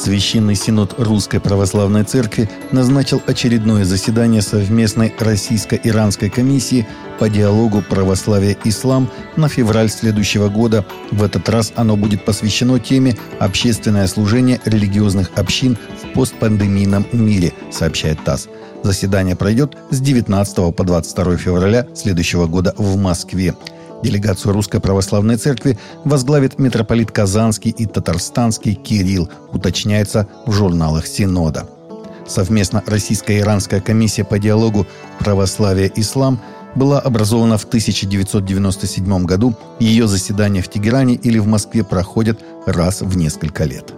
Священный Синод Русской Православной Церкви назначил очередное заседание совместной российско-иранской комиссии по диалогу православие-ислам на февраль следующего года. В этот раз оно будет посвящено теме «Общественное служение религиозных общин в постпандемийном мире», сообщает ТАСС. Заседание пройдет с 19 по 22 февраля следующего года в Москве. Делегацию Русской Православной Церкви возглавит митрополит Казанский и Татарстанский Кирилл, уточняется в журналах Синода. Совместно Российско-Иранская комиссия по диалогу православие-ислам была образована в 1997 году. Ее заседания в Тегеране или в Москве проходят раз в несколько лет.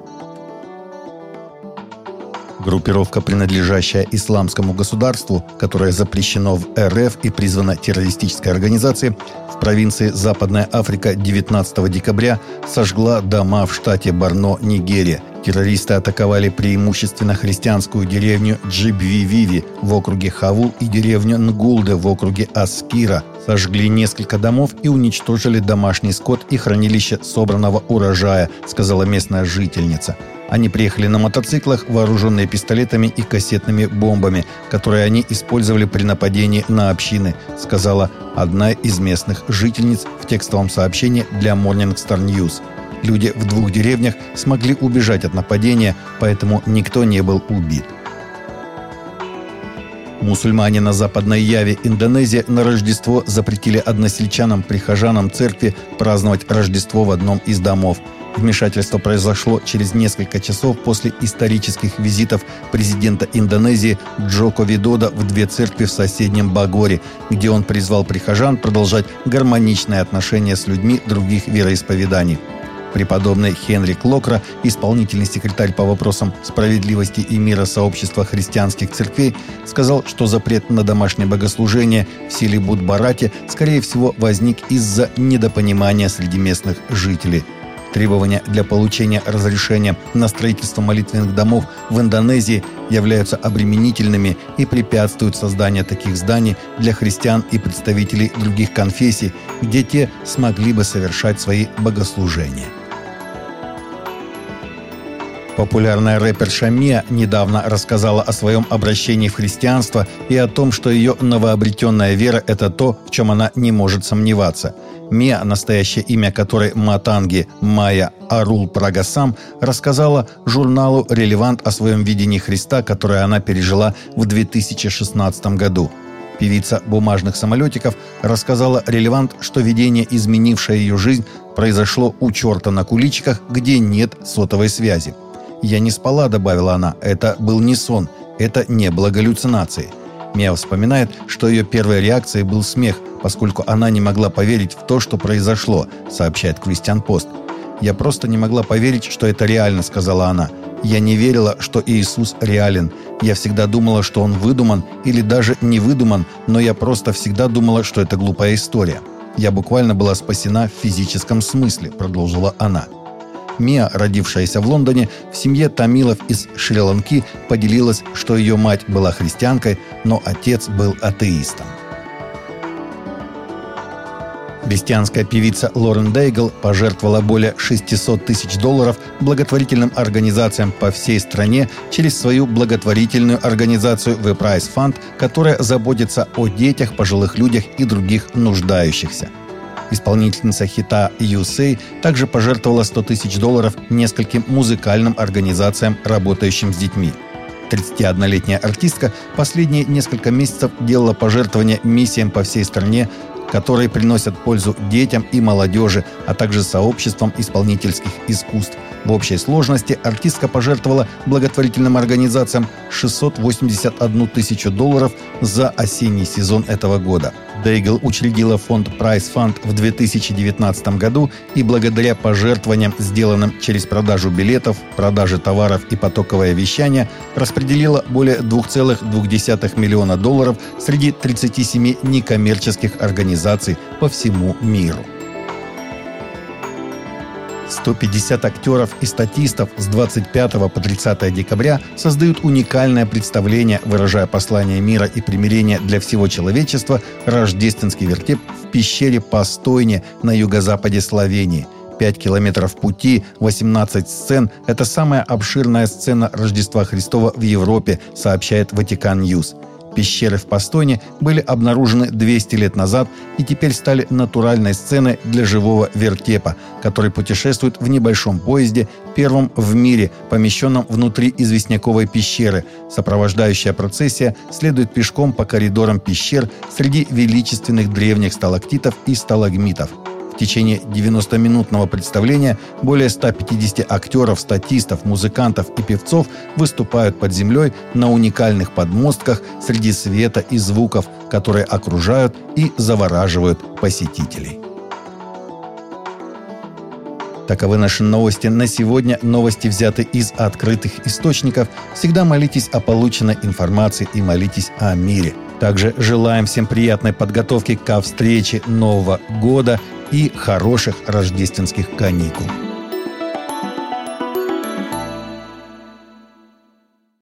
Группировка, принадлежащая исламскому государству, которое запрещено в РФ и призвана террористической организацией, в провинции Западная Африка 19 декабря сожгла дома в штате Борно, Нигерия. Террористы атаковали преимущественно христианскую деревню Джибвививи в округе Хаву и деревню Нгулде в округе Аскира. Сожгли несколько домов и уничтожили домашний скот и хранилище собранного урожая, сказала местная жительница. Они приехали на мотоциклах, вооруженные пистолетами и кассетными бомбами, которые они использовали при нападении на общины, сказала одна из местных жительниц в текстовом сообщении для Morning Star News. Люди в 2 деревнях смогли убежать от нападения, поэтому никто не был убит. Мусульмане на Западной Яве, Индонезия, на Рождество запретили односельчанам-прихожанам церкви праздновать Рождество в одном из домов. Вмешательство произошло через несколько часов после исторических визитов президента Индонезии Джоко Видодо в 2 церкви в соседнем Багоре, где он призвал прихожан продолжать гармоничные отношения с людьми других вероисповеданий. Преподобный Хенрик Локра, исполнительный секретарь по вопросам справедливости и мира сообщества христианских церквей, сказал, что запрет на домашнее богослужение в селе Будбарате, скорее всего, возник из-за недопонимания среди местных жителей. Требования для получения разрешения на строительство молитвенных домов в Индонезии являются обременительными и препятствуют созданию таких зданий для христиан и представителей других конфессий, где те смогли бы совершать свои богослужения. Популярная рэперша Миа недавно рассказала о своем обращении в христианство и о том, что ее новообретенная вера – это то, в чем она не может сомневаться. Миа, настоящее имя которой Матанги Майя Арул Прагасам, рассказала журналу «Релевант» о своем видении Христа, которое она пережила в 2016 году. Певица «Бумажных самолетиков» рассказала «Релевант», что видение, изменившее ее жизнь, произошло у черта на куличиках, где нет сотовой связи. «Я не спала», — добавила она, — «это был не сон, это не было галлюцинацией». Миа вспоминает, что ее первой реакцией был смех, поскольку она не могла поверить в то, что произошло, сообщает Christian Post. «Я просто не могла поверить, что это реально», — сказала она. «Я не верила, что Иисус реален. Я всегда думала, что Он выдуман или даже не выдуман, но я просто всегда думала, что это глупая история. Я буквально была спасена в физическом смысле», — продолжила она. Миа, родившаяся в Лондоне, в семье тамилов из Шри-Ланки, поделилась, что ее мать была христианкой, но отец был атеистом. Христианская певица Лорен Дейгл пожертвовала более $600 тысяч благотворительным организациям по всей стране через свою благотворительную организацию The Price Fund, которая заботится о детях, пожилых людях и других нуждающихся. Исполнительница хита «You Say» также пожертвовала $100 тысяч нескольким музыкальным организациям, работающим с детьми. 31-летняя артистка последние несколько месяцев делала пожертвования миссиям по всей стране, которые приносят пользу детям и молодежи, а также сообществам исполнительских искусств. В общей сложности артистка пожертвовала благотворительным организациям $681 тысячу за осенний сезон этого года. Дейгл учредила фонд Price Fund в 2019 году и благодаря пожертвованиям, сделанным через продажу билетов, продажи товаров и потоковое вещание, распределила более $2,2 миллиона среди 37 некоммерческих организаций по всему миру. 150 актеров и статистов с 25 по 30 декабря создают уникальное представление, выражая послание мира и примирения для всего человечества, рождественский вертеп в пещере Постойне на юго-западе Словении. 5 километров пути, 18 сцен – это самая обширная сцена Рождества Христова в Европе, сообщает Ватикан Ньюс. Пещеры в Пастойне были обнаружены 200 лет назад и теперь стали натуральной сценой для живого вертепа, который путешествует в небольшом поезде, первом в мире, помещенном внутри известняковой пещеры. Сопровождающая процессия следует пешком по коридорам пещер среди величественных древних сталактитов и сталагмитов. В течение 90-минутного представления более 150 актеров, статистов, музыкантов и певцов выступают под землей на уникальных подмостках среди света и звуков, которые окружают и завораживают посетителей. Таковы наши новости на сегодня. Новости взяты из открытых источников. Всегда молитесь о полученной информации и молитесь о мире. Также желаем всем приятной подготовки ко встрече Нового года и хороших рождественских каникул.